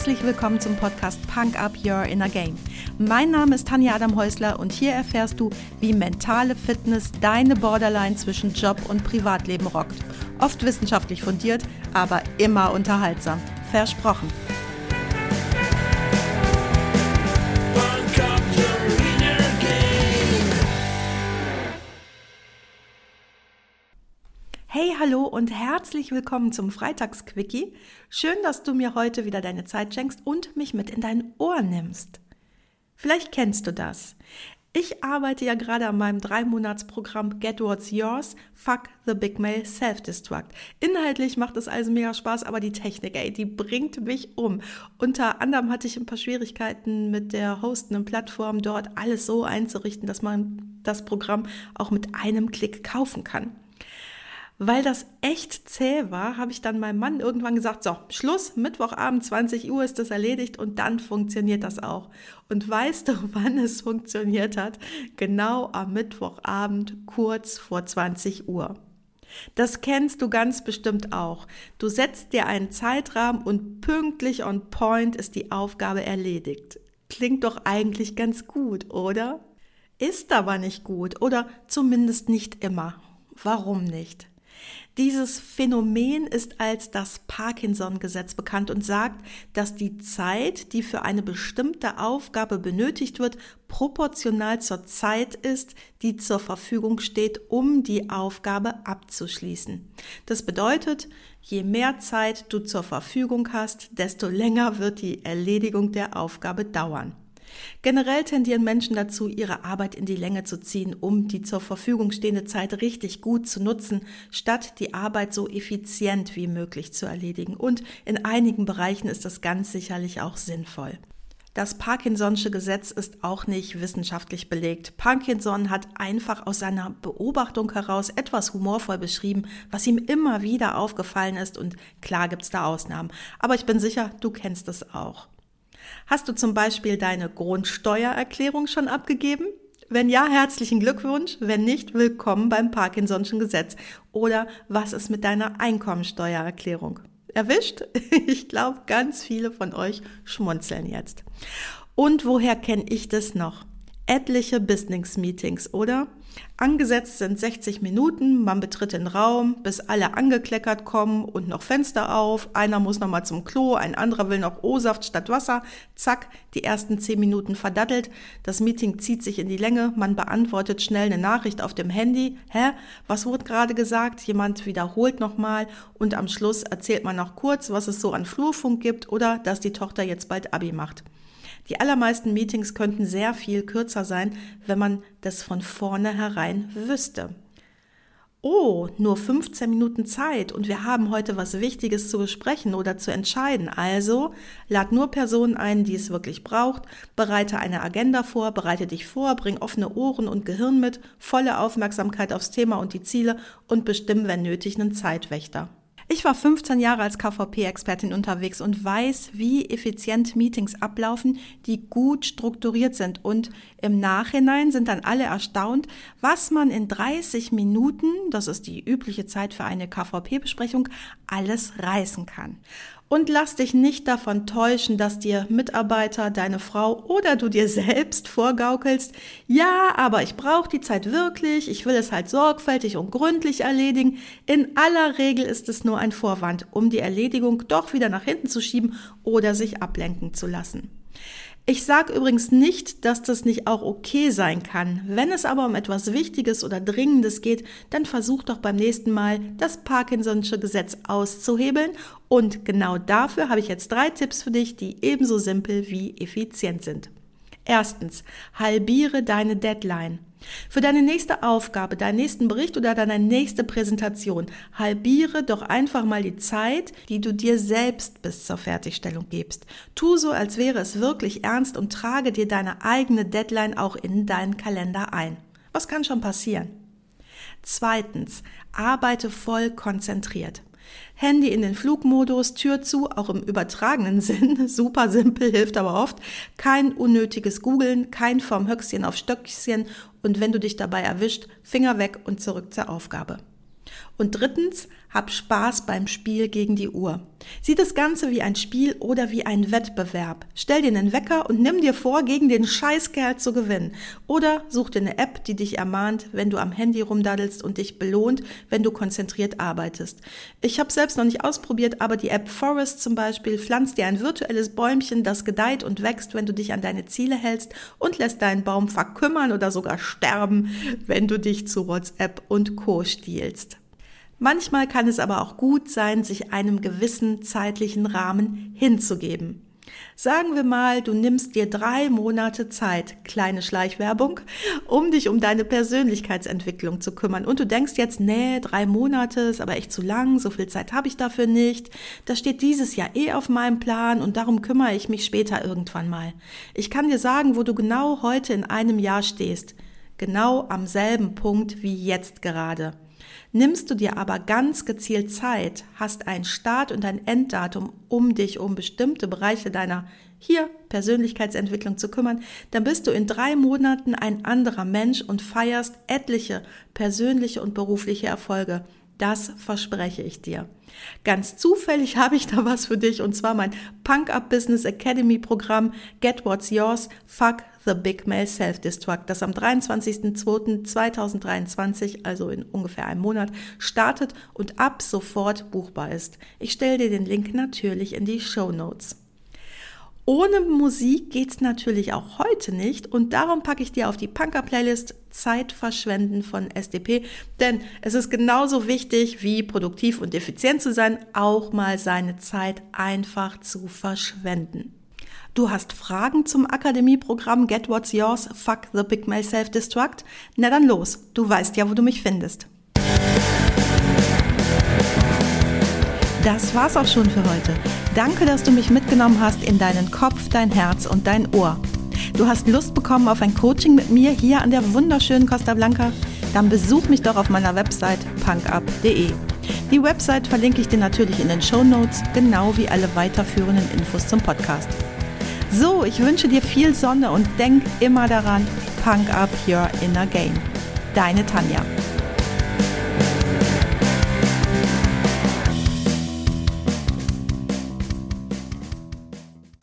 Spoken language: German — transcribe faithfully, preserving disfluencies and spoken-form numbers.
herzlich willkommen zum Podcast Punk Up Your Inner Game. Mein Name ist Tanja Adam-Häusler und hier erfährst du, wie mentale Fitness deine Borderline zwischen Job und Privatleben rockt. Oft wissenschaftlich fundiert, aber immer unterhaltsam. Versprochen. Hey, hallo und herzlich willkommen zum Freitagsquickie. Schön, dass du mir heute wieder deine Zeit schenkst und mich mit in dein Ohr nimmst. Vielleicht kennst du das. Ich arbeite ja gerade an meinem Drei-Monats-Programm Get What's Yours, Fuck the Big Male Self-Destruct. Inhaltlich macht es also mega Spaß, aber die Technik, ey, die bringt mich um. Unter anderem hatte ich ein paar Schwierigkeiten mit der hostenden Plattform, dort alles so einzurichten, dass man das Programm auch mit einem Klick kaufen kann. Weil das echt zäh war, habe ich dann meinem Mann irgendwann gesagt, so, Schluss, Mittwochabend, zwanzig Uhr ist das erledigt und dann funktioniert das auch. Und weißt du, wann es funktioniert hat? Genau am Mittwochabend, kurz vor zwanzig Uhr. Das kennst du ganz bestimmt auch. Du setzt dir einen Zeitrahmen und pünktlich on point ist die Aufgabe erledigt. Klingt doch eigentlich ganz gut, oder? Ist aber nicht gut oder zumindest nicht immer. Warum nicht? Dieses Phänomen ist als das Parkinson-Gesetz bekannt und sagt, dass die Zeit, die für eine bestimmte Aufgabe benötigt wird, proportional zur Zeit ist, die zur Verfügung steht, um die Aufgabe abzuschließen. Das bedeutet, je mehr Zeit du zur Verfügung hast, desto länger wird die Erledigung der Aufgabe dauern. Generell tendieren Menschen dazu, ihre Arbeit in die Länge zu ziehen, um die zur Verfügung stehende Zeit richtig gut zu nutzen, statt die Arbeit so effizient wie möglich zu erledigen. Und in einigen Bereichen ist das ganz sicherlich auch sinnvoll. Das Parkinson'sche Gesetz ist auch nicht wissenschaftlich belegt. Parkinson hat einfach aus seiner Beobachtung heraus etwas humorvoll beschrieben, was ihm immer wieder aufgefallen ist. Und klar gibt's da Ausnahmen. Aber ich bin sicher, du kennst es auch. Hast du zum Beispiel deine Grundsteuererklärung schon abgegeben? Wenn ja, herzlichen Glückwunsch. Wenn nicht, willkommen beim Parkinson'schen Gesetz. Oder was ist mit deiner Einkommensteuererklärung? Erwischt? Ich glaube, ganz viele von euch schmunzeln jetzt. Und woher kenne ich das noch? Etliche Business-Meetings, oder? Angesetzt sind sechzig Minuten, man betritt den Raum, bis alle angekleckert kommen und noch Fenster auf, einer muss noch mal zum Klo, ein anderer will noch O-Saft statt Wasser, zack, die ersten zehn Minuten verdattelt, das Meeting zieht sich in die Länge, man beantwortet schnell eine Nachricht auf dem Handy, hä, was wurde gerade gesagt, jemand wiederholt nochmal und am Schluss erzählt man noch kurz, was es so an Flurfunk gibt oder dass die Tochter jetzt bald Abi macht. Die allermeisten Meetings könnten sehr viel kürzer sein, wenn man das von vornherein wüsste. Oh, nur fünfzehn Minuten Zeit und wir haben heute was Wichtiges zu besprechen oder zu entscheiden. Also lad nur Personen ein, die es wirklich braucht, bereite eine Agenda vor, bereite dich vor, bring offene Ohren und Gehirn mit, volle Aufmerksamkeit aufs Thema und die Ziele und bestimm, wenn nötig, einen Zeitwächter. Ich war fünfzehn Jahre als K V P-Expertin unterwegs und weiß, wie effizient Meetings ablaufen, die gut strukturiert sind. Und im Nachhinein sind dann alle erstaunt, was man in dreißig Minuten, das ist die übliche Zeit für eine K V P-Besprechung, alles reißen kann. Und lass dich nicht davon täuschen, dass dir Mitarbeiter, deine Frau oder du dir selbst vorgaukelst, ja, aber ich brauche die Zeit wirklich, ich will es halt sorgfältig und gründlich erledigen. In aller Regel ist es nur ein Vorwand, um die Erledigung doch wieder nach hinten zu schieben oder sich ablenken zu lassen. Ich sage übrigens nicht, dass das nicht auch okay sein kann. Wenn es aber um etwas Wichtiges oder Dringendes geht, dann versuch doch beim nächsten Mal, das Parkinson'sche Gesetz auszuhebeln. Und genau dafür habe ich jetzt drei Tipps für dich, die ebenso simpel wie effizient sind. Erstens, halbiere deine Deadline. Für deine nächste Aufgabe, deinen nächsten Bericht oder deine nächste Präsentation, halbiere doch einfach mal die Zeit, die du dir selbst bis zur Fertigstellung gibst. Tu so, als wäre es wirklich ernst und trage dir deine eigene Deadline auch in deinen Kalender ein. Was kann schon passieren? Zweitens, arbeite voll konzentriert. Handy in den Flugmodus, Tür zu, auch im übertragenen Sinn, super simpel, hilft aber oft. Kein unnötiges Googeln, kein vom Höchstchen auf Stöckchen und wenn du dich dabei erwischt, Finger weg und zurück zur Aufgabe. Und drittens, hab Spaß beim Spiel gegen die Uhr. Sieh das Ganze wie ein Spiel oder wie ein Wettbewerb. Stell dir einen Wecker und nimm dir vor, gegen den Scheißkerl zu gewinnen. Oder such dir eine App, die dich ermahnt, wenn du am Handy rumdaddelst und dich belohnt, wenn du konzentriert arbeitest. Ich habe selbst noch nicht ausprobiert, aber die App Forest zum Beispiel pflanzt dir ein virtuelles Bäumchen, das gedeiht und wächst, wenn du dich an deine Ziele hältst und lässt deinen Baum verkümmern oder sogar sterben, wenn du dich zu WhatsApp und Co. stiehlst. Manchmal kann es aber auch gut sein, sich einem gewissen zeitlichen Rahmen hinzugeben. Sagen wir mal, du nimmst dir drei Monate Zeit, kleine Schleichwerbung, um dich um deine Persönlichkeitsentwicklung zu kümmern. Und du denkst jetzt, nee, drei Monate ist aber echt zu lang, so viel Zeit habe ich dafür nicht. Das steht dieses Jahr eh auf meinem Plan und darum kümmere ich mich später irgendwann mal. Ich kann dir sagen, wo du genau heute in einem Jahr stehst. Genau am selben Punkt wie jetzt gerade. Nimmst du dir aber ganz gezielt Zeit, hast einen Start- und ein Enddatum, um dich um bestimmte Bereiche deiner hier Persönlichkeitsentwicklung zu kümmern, dann bist du in drei Monaten ein anderer Mensch und feierst etliche persönliche und berufliche Erfolge. Das verspreche ich dir. Ganz zufällig habe ich da was für dich und zwar mein Punk Up Business Academy Programm Get What's Yours, Fuck the Big Male Self-Destruct, das am dreiundzwanzigsten zweiten zweitausenddreiundzwanzig, also in ungefähr einem Monat, startet und ab sofort buchbar ist. Ich stelle dir den Link natürlich in die Shownotes. Ohne Musik geht's natürlich auch heute nicht und darum packe ich dir auf die Punker-Playlist Zeit verschwenden von S D P, denn es ist genauso wichtig wie produktiv und effizient zu sein, auch mal seine Zeit einfach zu verschwenden. Du hast Fragen zum Akademieprogramm Get What's Yours, Fuck the Big Male Self-Destruct? Na dann los, du weißt ja, wo du mich findest. Das war's auch schon für heute. Danke, dass du mich mitgenommen hast in deinen Kopf, dein Herz und dein Ohr. Du hast Lust bekommen auf ein Coaching mit mir hier an der wunderschönen Costa Blanca? Dann besuch mich doch auf meiner Website punkup punkt de. Die Website verlinke ich dir natürlich in den Shownotes, genau wie alle weiterführenden Infos zum Podcast. So, ich wünsche dir viel Sonne und denk immer daran, Punk up your inner game. Deine Tanja.